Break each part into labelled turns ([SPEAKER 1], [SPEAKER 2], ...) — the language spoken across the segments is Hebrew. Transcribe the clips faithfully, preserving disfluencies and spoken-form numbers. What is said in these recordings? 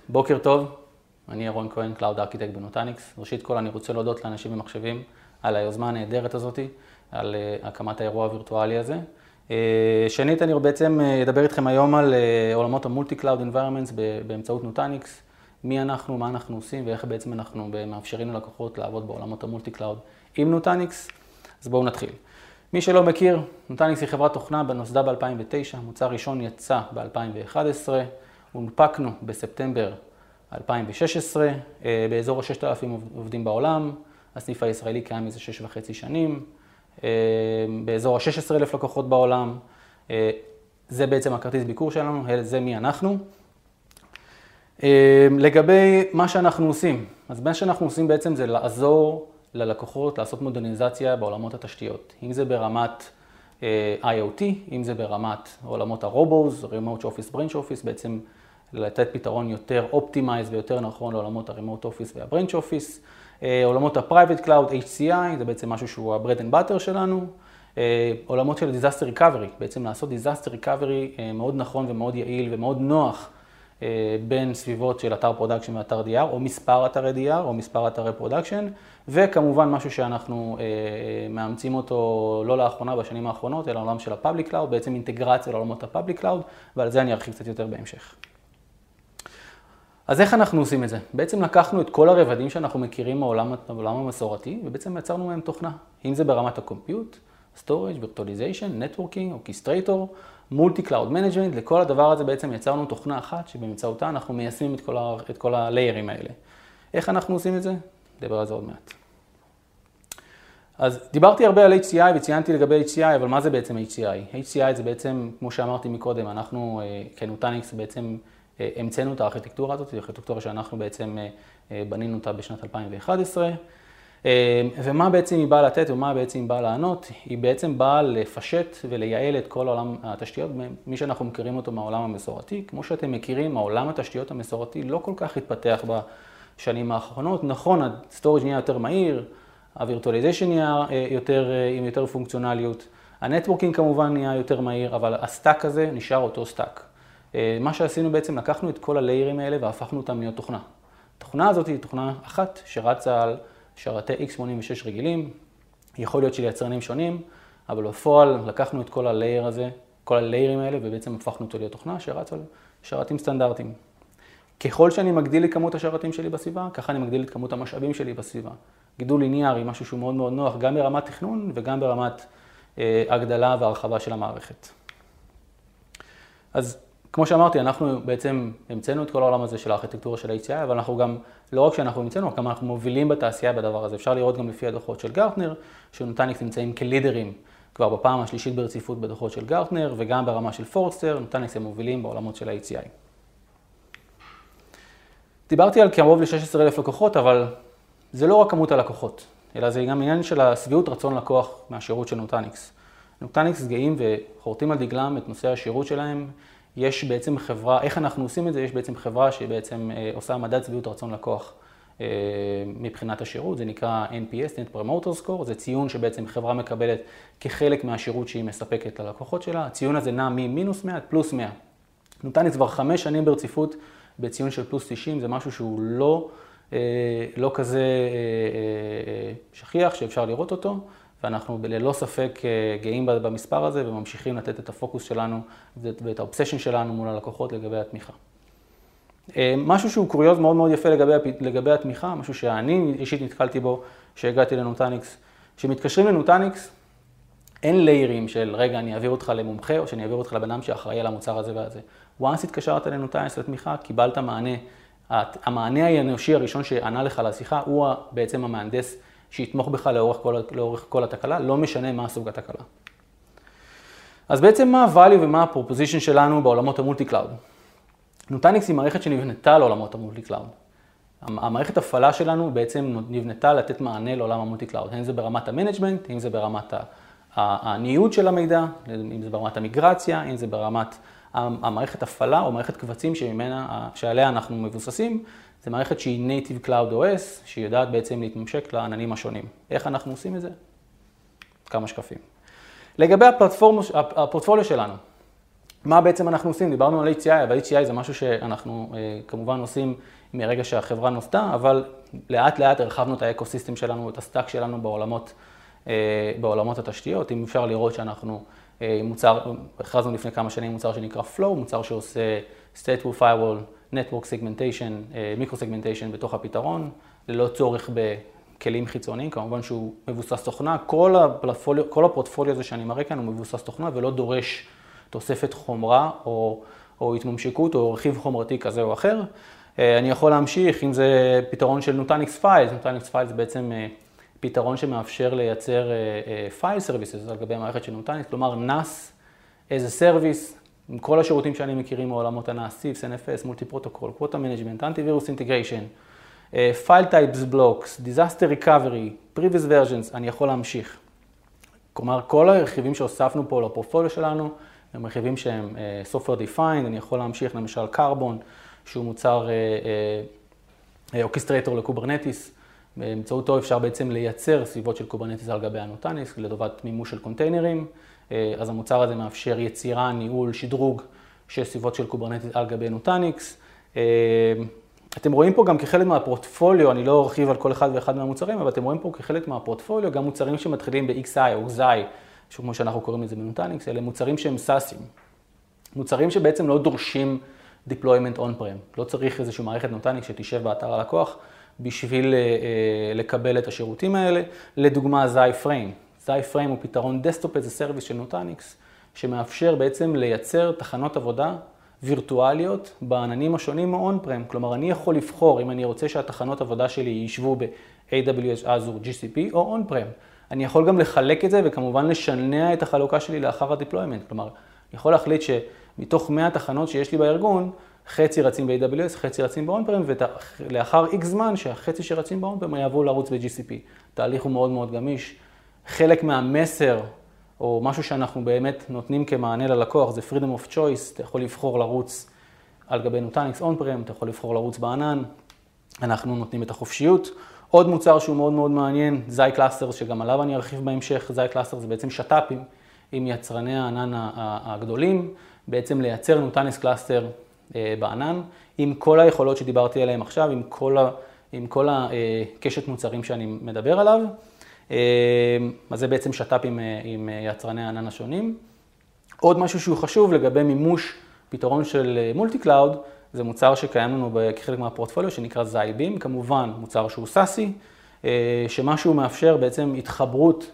[SPEAKER 1] בוקר טוב, אני ירון כהן, Cloud Architect בנוטניקס. ראשית כל אני רוצה להודות לאנשים ומחשבים על היוזמה הנהדרת הזאת, על הקמת האירוע הווירטואלי הזה. שנית, אני בעצם אדבר איתכם היום על עולמות המולטי-קלאוד environments באמצעות נוטניקס, מי אנחנו, מה אנחנו עושים ואיך בעצם אנחנו מאפשרים ללקוחות לעבוד בעולמות המולטי-קלאוד עם נוטניקס. אז בואו נתחיל. מי שלא מכיר, נוטניקס היא חברת תוכנה, נוסדה ב-אלפיים ותשע, מוצר ראשון יצא ב-אלפיים ואחת עשרה, הונפקנו בספטמבר אלפיים ושש עשרה, באזור ה-ששת אלפים עובדים בעולם, הסניף הישראלי קיים איזה שש וחצי שנים, באזור ה-שישה עשר אלף לקוחות בעולם, זה בעצם הכרטיס ביקור שלנו, זה מי אנחנו. לגבי מה שאנחנו עושים, אז מה שאנחנו עושים בעצם זה לעזור ללקוחות לעשות מודרניזציה בעולמות התשתיות, אם זה ברמת איי או טי, אם זה ברמת עולמות הרובוז, Remote Office, Branch Office, בעצם לתת פתרון יותר אופטימייז ויותר נכון לעולמות ה-Remote Office וה-Branch Office. עולמות ה-Private Cloud, אייץ' סי איי, זה בעצם משהו שהוא ה-bread and butter שלנו. עולמות של Disaster Recovery, בעצם לעשות Disaster Recovery מאוד נכון ומאוד יעיל ומאוד נוח בין סביבות של אתר פרודקשן ואתר די אר, או מספר אתרי די אר, או מספר אתרי פרודקשן, וכמובן משהו שאנחנו מאמצים אותו לא לאחרונה, בשנים האחרונות, אלא העולם של ה-Public Cloud, בעצם אינטגרציה לעולמות ה-Public Cloud, ועל זה אני ארחיב קצת יותר בהמשך. אז איך אנחנו עושים את זה? בעצם לקחנו את כל הרבדים שאנחנו מכירים מהעולם, מהעולם המסורתי, ובעצם יצרנו מהם תוכנה. אם זה ברמת ה-Compute, Storage, Virtualization, Networking, Orchestrator, Multi-Cloud Management, לכל הדבר הזה בעצם יצרנו תוכנה אחת שבאמצעותה אנחנו מיישמים את כל, ה- את כל הליירים האלה. איך אנחנו עושים את זה? נדבר על זה עוד מעט. אז דיברתי הרבה על אייץ' סי איי וציינתי לגבי אייץ' סי איי, אבל מה זה בעצם אייץ' סי איי? אייץ' סי איי זה בעצם, כמו שאמרתי מקודם, אנחנו כנוטניקס בעצם המצאנו את הארכיטקטורה הזאת, היא ארכיטקטורה שאנחנו בעצם בנינו אותה בשנת אלפיים ואחת עשרה. ומה בעצם היא באה לתת ומה בעצם היא באה לענות? היא בעצם באה לפשט ולייעל את כל עולם התשתיות, מי שאנחנו מכירים אותו מהעולם המסורתי. כמו שאתם מכירים, העולם התשתיות המסורתי לא כל כך התפתח בשנים האחרונות. נכון, הסטורג' נהיה יותר מהיר, הווירטואליזיישן נהיה יותר, עם יותר פונקציונליות, הנטוורקינג כמובן נהיה יותר מהיר, אבל הסטאק הזה נשאר אותו סטאק. מה שעשינו בעצם, לקחנו את כל הליירים האלה והפכנו אותם להיות תוכנה. התוכנה הזאת היא תוכנה אחת שרצה על שרתי אקס שמונים ושש רגילים, יכול להיות של יצרנים שונים, אבל בפועל לקחנו את כל הלייר הזה, כל הליירים האלה, ובעצם הפכנו אותו להיות תוכנה שרצה על שרתים סטנדרטיים. ככל שאני מגדיל את כמות השרתים שלי בסביבה, ככה אני מגדיל את כמות המשאבים שלי בסביבה. גידול ליניארי, משהו שהוא מאוד מאוד נוח, גם ברמת תכנון וגם ברמת אה, הגדלה והרחבה של המערכת. אז כמו שאמרתי, אנחנו בעצם המצאנו את כל העולם הזה של הארכיטקטורה של אייץ' סי איי, אבל אנחנו גם, לא רק שאנחנו המצאנו, גם אנחנו מובילים בתעשייה בדבר הזה. אפשר לראות גם לפי הדוחות של גרטנר, שנוטניקס נמצאים כלידרים כבר בפעם השלישית ברציפות בדוחות של גרטנר, וגם ברמה של פורסטר, נוטניקס הם מובילים בעולמות של אייץ' סי איי. דיברתי על קרוב ל-שישה עשר אלף לקוחות, אבל זה לא רק כמות הלקוחות, אלא זה גם עניין של השביעות רצון לקוח מהשירות של נוטניקס. נוטניקס גאים וחורטים על דגלם את נושא השירות שלהם. יש בעצם חברה, איך אנחנו עושים את זה? יש בעצם חברה שבעצם עושה מדד שביעות רצון לקוח מבחינת השירות, זה נקרא אן פי אס, Net Promoter Score, זה ציון שבעצם חברה מקבלת כחלק מהשירות שהיא מספקת ללקוחות שלה. הציון הזה נע ממינוס מאה עד פלוס מאה. נוטניקס כבר חמש שנים ברציפות בציון של פלוס תשעים, זה משהו שהוא לא, לא כזה שכיח שאפשר לראות אותו. ואנחנו ללא ספק גאים במספר הזה וממשיכים לתת את הפוקוס שלנו ואת האובסשן שלנו מול הלקוחות לגבי התמיכה. משהו שהוא קוריוז מאוד מאוד יפה לגבי, לגבי התמיכה, משהו שאני אישית נתקלתי בו שהגעתי לנוטניקס. כשמתקשרים לנוטניקס, אין ליירים של רגע אני אעביר אותך למומחה או שאני אעביר אותך לבנם שאחראי על המוצר הזה והזה. once התקשרת לנוטניקס לתמיכה, קיבלת מענה. המענה האנושי הראשון שענה לך לשיחה הוא בעצם המהנדס שיתמוך בך לאורך כל, לאורך כל התקלה, לא משנה מה סוג התקלה. אז בעצם מה ה-value ומה ה-proposition שלנו בעולמות המולטי-קלאוד? נוטניקס היא מערכת שנבנתה לעולמות המולטי-קלאוד. המערכת הפעלה שלנו בעצם נבנתה לתת מענה לעולם המולטי-קלאוד. אם זה ברמת המנג'מנט, אם זה ברמת הניוד של המידע, אם זה ברמת המיגרציה, אם זה ברמת המערכת הפעלה או מערכת קבצים שממנה, שעליה אנחנו מבוססים. זה מערכת שהיא Native Cloud או אס, שהיא יודעת בעצם להתממשק לעננים השונים. איך אנחנו עושים את זה? כמה שקפים. לגבי הפלטפורמה, הפורטפוליו שלנו, מה בעצם אנחנו עושים? דיברנו על H C I, אבל H C I זה משהו שאנחנו כמובן עושים מרגע שהחברה נוסדה, אבל לאט לאט הרחבנו את האקוסיסטם שלנו, את הסטאק שלנו בעולמות, בעולמות התשתיות. אם אפשר לראות שאנחנו מוצר, הכרזנו לפני כמה שנים מוצר שנקרא Flow, מוצר שעושה Stateful Firewall, Network Segmentation, Micro-Segmentation בתוך הפתרון, ללא צורך בכלים חיצוניים, כמובן שהוא מבוסס תוכנה. כל הפורטפוליו, כל הפורטפוליו הזה שאני מראה כאן הוא מבוסס תוכנה ולא דורש תוספת חומרה או, או התממשקות או רכיב חומרתי כזה או אחר. אני יכול להמשיך, אם זה פתרון של Nutanix Files, Nutanix Files זה בעצם פתרון שמאפשר לייצר File Services על גבי המערכת של Nutanix, כלומר N A S as a Service, עם כל השירותים שאני מכירים מעולמות ה-N A S, סיפס, N F S, Multi-Protocol, Quota Management, Antivirus Integration, File Types Blocks, Disaster Recovery, Previous Versions, אני יכול להמשיך. כלומר, כל הרכיבים שהוספנו פה לפורטפוליו שלנו, הם רכיבים שהם Software Defined, אני יכול להמשיך למשל Carbon, שהוא מוצר אורקסטרטור לקוברנטיס. באמצעותו אפשר בעצם לייצר סביבות של קוברנטיס על גבי הנוטניס, לטובת מימוש של קונטיינרים. אז המוצר הזה מאפשר יצירה, ניהול, שדרוג של סביבות של קוברנטיס על גבי נוטניקס. אתם רואים פה גם כחלק מהפורטפוליו, אני לא ארחיב על כל אחד ואחד מהמוצרים, אבל אתם רואים פה כחלק מהפורטפוליו גם מוצרים שמתחילים ב-X I או X I, כמו שאנחנו קוראים לזה בנוטניקס, אלה מוצרים שהם סאסים. מוצרים שבעצם לא דורשים deployment on-prem. לא צריך איזושהי מערכת נוטניקס שתישב באתר הלקוח בשביל לקבל את השירותים האלה. לדוגמה, ZyFrame. ZyFrame הוא פתרון Desktop as a Service של נוטניקס, שמאפשר בעצם לייצר תחנות עבודה וירטואליות בעננים השונים או on-prem. כלומר, אני יכול לבחור אם אני רוצה שהתחנות עבודה שלי יישבו ב-A W S, Azure, G C P או on-prem. אני יכול גם לחלק את זה וכמובן לשנע את החלוקה שלי לאחר ה-deployment. כלומר, אני יכול להחליט שמתוך מאה תחנות שיש לי בארגון, חצי רצים ב-A W S, חצי רצים ב-on-prem, ולאחר X זמן שהחצי שרצים ב-on-prem יעברו לערוץ ב-G C P. התהליך הוא מאוד מאוד גמיש. חלק מהמסר, או משהו שאנחנו באמת נותנים כמענה ללקוח, זה freedom of choice. אתה יכול לבחור לרוץ על גבי נוטניקס on-prem, אתה יכול לבחור לרוץ בענן. אנחנו נותנים את החופשיות. עוד מוצר שהוא מאוד מאוד מעניין, Xi Clusters, שגם עליו אני ארחיב בהמשך. Xi Clusters זה בעצם שת"פים עם יצרני הענן הגדולים, בעצם לייצר נוטניקס קלאסטר בענן, עם כל היכולות שדיברתי עליהן עכשיו, עם כל, ה, עם כל הקשת מוצרים שאני מדבר עליו. אז זה בעצם שת"פ עם, עם יצרני הענן השונים. עוד משהו שהוא חשוב לגבי מימוש פתרון של מולטי קלאוד, זה מוצר שקיים לנו כחלק מהפורטפוליו שנקרא ZyBeam, כמובן מוצר שהוא סאסי, שמה שהוא מאפשר בעצם התחברות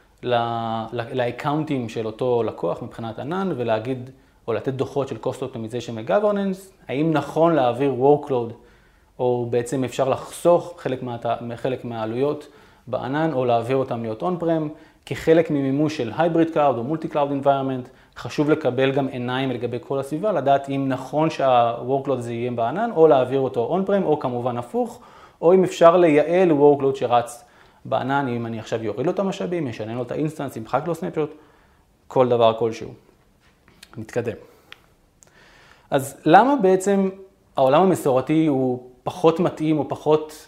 [SPEAKER 1] לאקאונטים של אותו לקוח מבחינת ענן, ולהגיד או לתת דוחות של Cost Optimization ו-Governance, האם נכון להעביר Workload, או בעצם אפשר לחסוך חלק, מה, חלק מהעלויות בענן, או להעביר אותם להיות on-prem, כחלק ממימוש של Hybrid Cloud או Multi-Cloud Environment. חשוב לקבל גם עיניים לגבי כל הסביבה, לדעת אם נכון שה-Workload הזה יהיה בענן, או להעביר אותו on-prem, או כמובן הפוך, או אם אפשר לייעל Workload שרץ בענן, אם אני עכשיו יוריד לו את המשאבים, ישנה לו את האינסטנס, ימחק לו סנאפשוט, כל דבר כלשהו. נתקדם. אז למה בעצם העולם המסורתי הוא פחות מתאים או פחות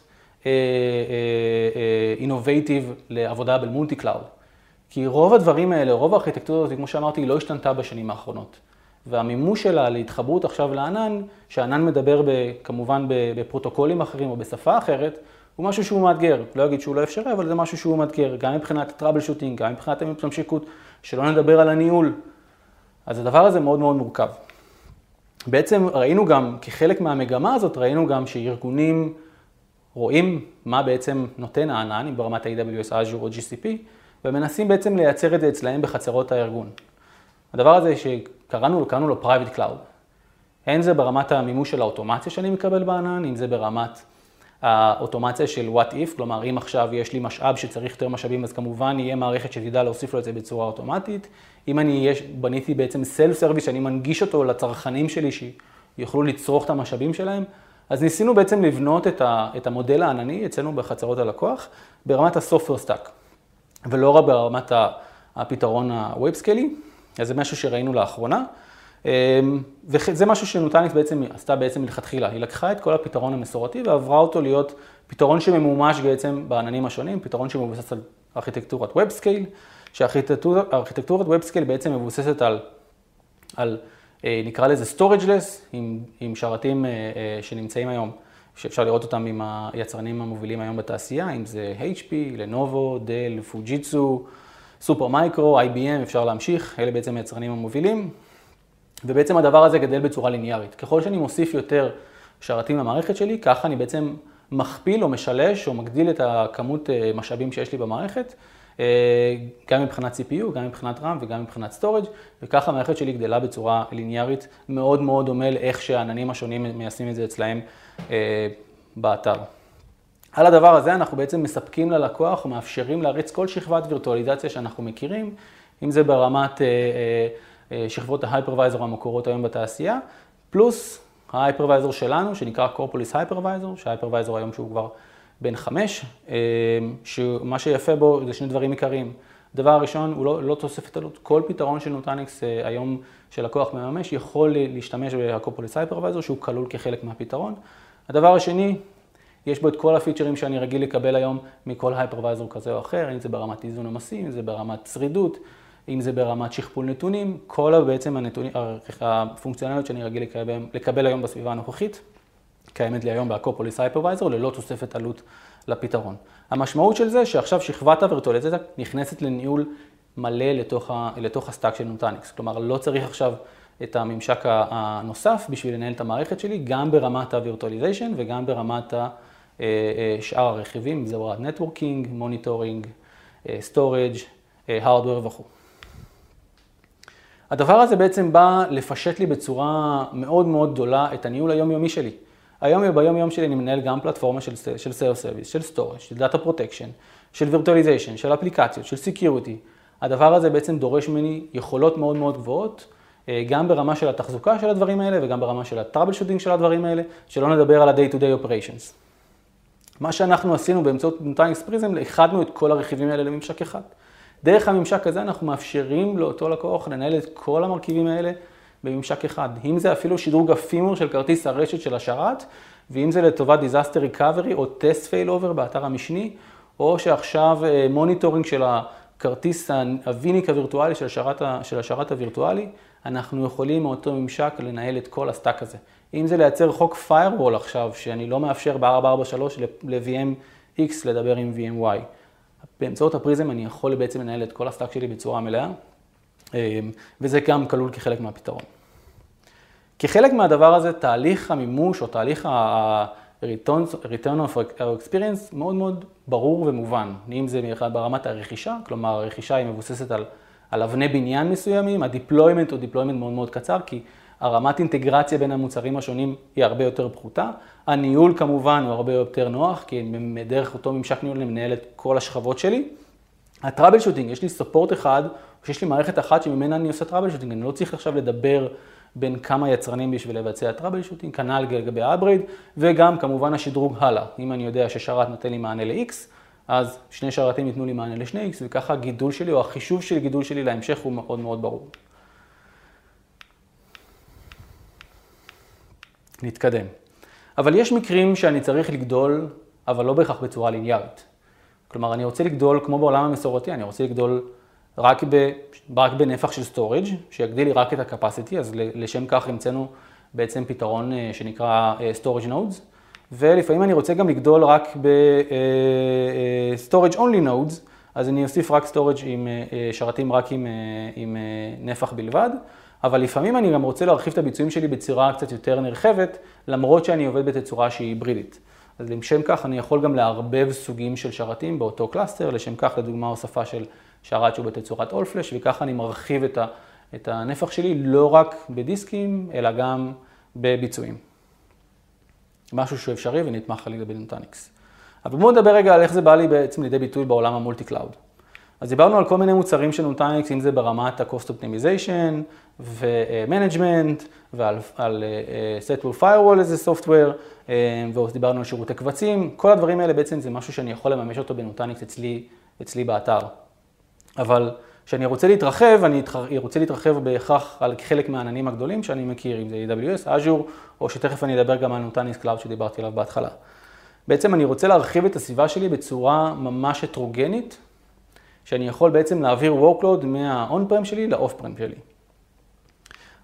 [SPEAKER 1] אינובייטיב לעבודה במולטי קלאוד? כי רוב הדברים האלה, רוב הארכיטקטורה הזאת, כמו שאמרתי, היא לא השתנתה בשנים האחרונות. והמימוש שלה להתחברות עכשיו לענן, שהענן מדבר כמובן בפרוטוקולים אחרים או בשפה אחרת, הוא משהו שהוא מאתגר. לא אגיד שהוא לא אפשרי, אבל זה משהו שהוא מאתגר, גם מבחינת טראבל שוטינג, גם מבחינת הממשקות, שלא נדבר על הניהול. אז הדבר הזה מאוד מאוד מורכב. בעצם ראינו גם, כחלק מהמגמה הזאת, ראינו גם שארגונים רואים מה בעצם נותן הענן, אם ברמת ה-A W S, Azure או G C P, ומנסים בעצם לייצר את זה אצלהם בחצרות הארגון. הדבר הזה שקראנו, קראנו לו Private Cloud. אין זה ברמת המימוש של האוטומציה שאני מקבל בענן, אם זה ברמת האוטומציה של what if, כלומר אם עכשיו יש לי משאב שצריך יותר משאבים, אז כמובן יהיה מערכת שתדע להוסיף לו את זה בצורה אוטומטית. אם אני יש, בניתי בעצם self-service, שאני מנגיש אותו לצרכנים שלי שיוכלו לצרוך את המשאבים שלהם, אז ניסינו בעצם לבנות את, ה, את המודל הענני אצלנו בחצרות הלקוח ברמת ה-software stack, ולא רק ברמת הפתרון ה-web-scale, אז זה משהו שראינו לאחרונה. וזה משהו שנוטניקס בעצם עשתה בעצם מלכתחילה. היא לקחה את כל הפתרון המסורתי ועברה אותו להיות פתרון שממומש בעצם בעננים השונים, פתרון שמבוסס על ארכיטקטורת ווב סקייל, שארכיטקטורת ווב סקייל בעצם מבוססת על, על נקרא לזה Storageless, עם, עם שרתים שנמצאים היום, שאפשר לראות אותם עם היצרנים המובילים היום בתעשייה, אם זה אייץ' פי, לנובו, דל, פוג'יטסו, סופר מייקרו, איי בי אם, אפשר להמשיך, אלה בעצם היצרנים המובילים. ובעצם הדבר הזה גדל בצורה ליניארית. ככל שאני מוסיף יותר שרתים למערכת שלי, ככה אני בעצם מכפיל או משלש או מגדיל את הכמות משאבים שיש לי במערכת, גם מבחינת סי פי יו, גם מבחינת רם וגם מבחינת סטורג', וככה המערכת שלי גדלה בצורה ליניארית, מאוד מאוד דומה לאיך שהעננים השונים מיישמים את זה אצלהם באתר. על הדבר הזה אנחנו בעצם מספקים ללקוח ומאפשרים להריץ כל שכבת וירטואליזציה שאנחנו מכירים, אם זה ברמת שכבות ההייפרוויזור המקורות היום בתעשייה, פלוס ההייפרוויזור שלנו שנקרא קורפוליס הייפרוויזור, שההייפרוויזור היום שהוא כבר בין חמש, שמה שיפה בו זה שני דברים עיקריים. הדבר הראשון הוא לא, לא תוספת עלות, כל פתרון של נוטניקס היום שלקוח מממש יכול להשתמש בקורפוליס הייפרוויזור שהוא כלול כחלק מהפתרון. הדבר השני, יש בו את כל הפיצ'רים שאני רגיל לקבל היום מכל הייפרוויזור כזה או אחר, אם זה ברמת איזון עומסים, אם זה ברמת שרידות, אם זה ברמת שכפול נתונים, כל בעצם הנתונים, הפונקציונליות שאני רגיל לקבל, לקבל היום בסביבה הנוכחית, קיימת לי היום בקורפוליס הייפרוויזור ללא תוספת עלות לפתרון. המשמעות של זה שעכשיו שכבת הווירטואליזציה נכנסת לניהול מלא לתוך, ה, לתוך הסטאק של נוטניקס. כלומר, לא צריך עכשיו את הממשק הנוסף בשביל לנהל את המערכת שלי, גם ברמת הווירטואליזיישן וגם ברמת שאר הרכיבים, אם זה ברמת נטוורקינג, מוניטורינג, סטורג', הארדוור וכו'. הדבר הזה בעצם בא לפשט לי בצורה מאוד מאוד גדולה את הניהול היומיומי שלי. היום ביום יום שלי אני מנהל גם פלטפורמה של, של Sales Service, של Storage, של Data Protection, של Virtualization, של אפליקציות, של Security. הדבר הזה בעצם דורש ממני יכולות מאוד מאוד גבוהות, גם ברמה של התחזוקה של הדברים האלה וגם ברמה של ה-Troubleshooting של הדברים האלה, שלא נדבר על ה-Day-to-Day Operations. מה שאנחנו עשינו באמצעות נוטניקס פריזם, איחדנו את כל הרכיבים האלה לממשק אחד. דרך הממשק הזה אנחנו מאפשרים לאותו לקוח לנהל את כל המרכיבים האלה בממשק אחד. אם זה אפילו שדרוג הפימור של כרטיס הרשת של השרת, ואם זה לטובת Disaster Recovery או Test Failover באתר המשני, או שעכשיו מוניטורינג של הכרטיס הוויניק הווירטואלי של השרת, של השרת הווירטואלי, אנחנו יכולים מאותו ממשק לנהל את כל הסטאק הזה. אם זה לייצר חוק Firewall עכשיו, שאני לא מאפשר ב-ארבע ארבע שלוש ל-וי אם אקס לדבר עם וי אם וואי. באמצעות הפריזם אני יכול בעצם לנהל את כל הסטאק שלי בצורה מלאה, וזה גם כלול כחלק מהפתרון. כחלק מהדבר הזה, תהליך המימוש או תהליך ה-return of experience מאוד מאוד ברור ומובן. אם זה ברמת הרכישה, כלומר הרכישה היא מבוססת על, על אבני בניין מסוימים, ה-deployment הוא deployment מאוד מאוד קצר, כי הרמת אינטגרציה בין המוצרים השונים היא הרבה יותר פחותה. הניהול כמובן הוא הרבה יותר נוח, כי דרך אותו ממשק ניהול אני מנהל את כל השכבות שלי. הטראבל שוטינג, יש לי ספורט אחד, או שיש לי מערכת אחת שממנה אני עושה טראבל שוטינג, אני לא צריך עכשיו לדבר בין כמה יצרנים בשביל לבצע טראבל שוטינג, כנ"ל לגבי האפגרייד, וגם כמובן השדרוג הלאה. אם אני יודע ששרת נותן לי מענה ל-X, אז שני שרתים ייתנו לי מענה ל-שני אקס, וככה הגידול שלי או החישוב של גידול שלי להמשך הוא מאוד מאוד ברור. נתקדם. אבל יש מקרים שאני צריך לגדול, אבל לא בהכרח בצורה ליניארית. כלומר, אני רוצה לגדול כמו בעולם המסורתי, אני רוצה לגדול רק, ב, רק בנפח של storage, שיגדיל לי רק את ה-capacity, אז לשם כך המצאנו בעצם פתרון שנקרא storage nodes, ולפעמים אני רוצה גם לגדול רק ב-storage only nodes, אז אני אוסיף רק storage עם שרתים רק עם, עם נפח בלבד, אבל לפעמים אני גם רוצה להרחיב את הביצועים שלי בצורה קצת יותר נרחבת, למרות שאני עובד בתצורה שהיא היברידית. אז לשם כך אני יכול גם לערבב סוגים של שרתים באותו קלאסטר, לשם כך לדוגמה הוספה של שרת שהוא בתצורת all flash, וככה אני מרחיב את, ה, את הנפח שלי לא רק בדיסקים, אלא גם בביצועים. משהו שהוא אפשרי ונתמך על ידי נוטניקס. אבל בואו נדבר רגע על איך זה בא לי בעצם לידי ביטוי בעולם המולטי קלאוד. אז דיברנו על כל מיני מוצרים של נוטניקס, אם זה ברמת ה-Cost Optimization ו-Management ועל על, uh, Stateful Firewall איזה Software, uh, ודיברנו על שירותי קבצים. כל הדברים האלה בעצם זה משהו שאני יכול לממש אותו בנוטניקס אצלי, אצלי באתר. אבל כשאני רוצה להתרחב, אני רוצה להתרחב בהכרח על חלק מהעננים הגדולים שאני מכיר, אם זה איי דאבליו אס, Azure, או שתכף אני אדבר גם על נוטניקס Cloud שדיברתי עליו בהתחלה. בעצם אני רוצה להרחיב את הסביבה שלי בצורה ממש הטרוגנית, שאני יכול בעצם להעביר workload מה-on-prem שלי ל-off-prem שלי.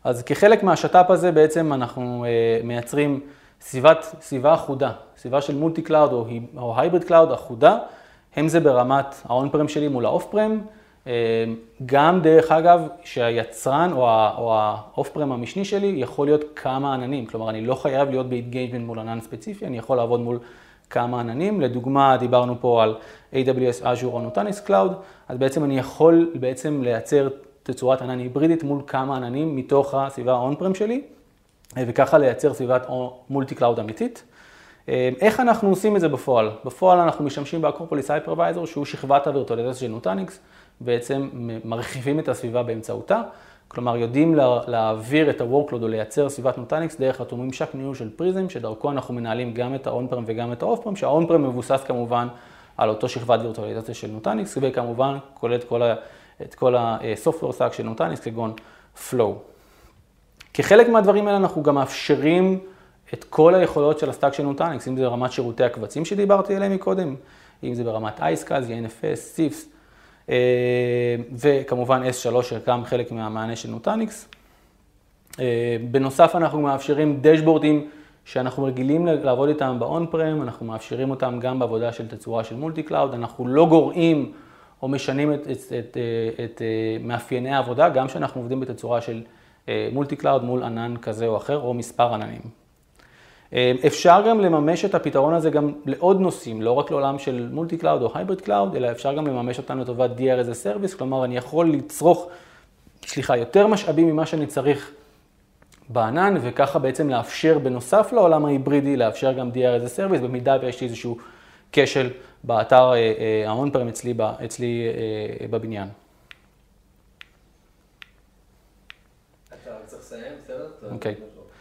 [SPEAKER 1] אז כחלק מהשת"פ הזה בעצם אנחנו מייצרים סביבת, סביבה אחודה, סביבה של מולטי קלאוד או הייבריד קלאוד אחודה, הם זה ברמת ה-on-prem שלי מול ה-off-prem, גם דרך אגב שהיצרן או ה-off-prem המשני שלי יכול להיות כמה עננים, כלומר אני לא חייב להיות ב-engagement מול ענן ספציפי, אני יכול לעבוד מול כמה עננים, לדוגמה דיברנו פה על איי דאבליו אס, Azure או Nutanix Cloud, אז בעצם אני יכול בעצם לייצר תצורת ענן היברידית מול כמה עננים מתוך הסביבה ה-on-prem שלי, וככה לייצר סביבת מולטי קלאוד אמיתית. איך אנחנו עושים את זה בפועל? בפועל אנחנו משתמשים באקרופוליס הייפרוויזור, שהוא שכבת הווירטואליזציה של נוטניקס, בעצם מרחיבים את הסביבה באמצעותה, כלומר יודעים להעביר את ה-workload או לייצר סביבת נוטניקס דרך אותו ממשק ניהול של פריזם, שדרכו אנחנו מנהלים גם את ה-on-prem וגם את ה-off-prem, שה-on-prem מבוסס כמובן על אותו שכבת וירטואליזציה של נוטניקס, וכמובן כולל את כל ה- את כל ה-software stack של נוטניקס כגון Flow. כחלק מהדברים האלה אנחנו גם מאפשרים את כל היכולות של הסטאק של נוטניקס, אם זה ברמת שירותי הקבצים שדיברתי עליהם מקודם, אם זה ברמת אייסקאז, אן אף אס, סיפס, וכמובן אס שלוש שגם חלק מהמענה של נוטניקס. בנוסף אנחנו מאפשרים דשבורדים שאנחנו רגילים לעבוד איתם ב-on-prem, אנחנו מאפשרים אותם גם בעבודה של תצורה של מולטי קלאוד, אנחנו לא גורעים או משנים את, את, את, את מאפייני העבודה, גם שאנחנו עובדים בתצורה של מולטי קלאוד מול ענן כזה או אחר, או מספר עננים. אפשר גם לממש את הפתרון הזה גם לעוד נושאים, לא רק לעולם של מולטי קלאוד או הייבריד קלאוד, אלא אפשר גם לממש אותם לטובת די אר as a service, כלומר אני יכול לצרוך, סליחה, יותר משאבים ממה שאני צריך בענן, וככה בעצם לאפשר בנוסף לעולם ההיברידי, לאפשר גם די אר as a service, במידה ויש לי איזשהו כשל באתר ה-on-prem אצלי, אצלי בבניין.
[SPEAKER 2] אתה צריך לסיים, בסדר?
[SPEAKER 1] אוקיי.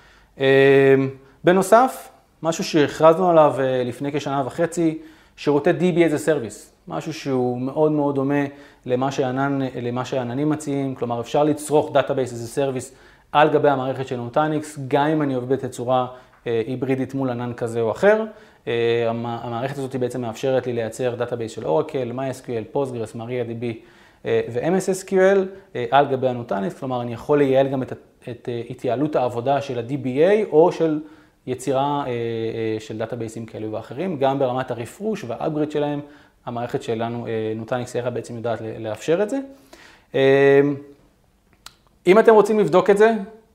[SPEAKER 1] בנוסף, משהו שהכרזנו עליו לפני כשנה וחצי, שירותי די בי as a service, משהו שהוא מאוד מאוד דומה למה שהענן, למה שהעננים מציעים, כלומר אפשר לצרוך Database as a service על גבי המערכת של נוטניקס, גם אם אני עובד בתצורה היברידית מול ענן כזה או אחר. המערכת הזאת בעצם מאפשרת לי לייצר Database של Oracle, MySQL, Postgres, MariaDB ו-אם אס אס קיו אל על גבי הנוטניקס, כלומר אני יכול לייעל גם את, את התייעלות העבודה של ה-די בי איי או של יצירה של דאטאבייסים כאלו ואחרים, גם ברמת הרפרוש והאפגריד שלהם, המערכת שלנו, נוטניקס ארה בעצם יודעת לאפשר את זה. אם אתם רוצים לבדוק את זה,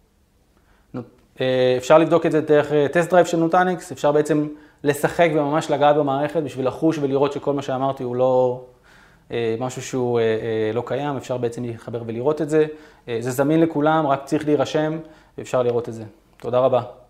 [SPEAKER 1] אפשר לבדוק את זה דרך טסט דרייב של נוטניקס, אפשר בעצם לשחק וממש לגעת במערכת בשביל לחוש ולראות שכל מה שאמרתי הוא לא משהו שהוא לא קיים, אפשר בעצם להתחבר ולראות את זה. זה זמין לכולם, רק צריך להירשם ואפשר לראות את זה. תודה רבה.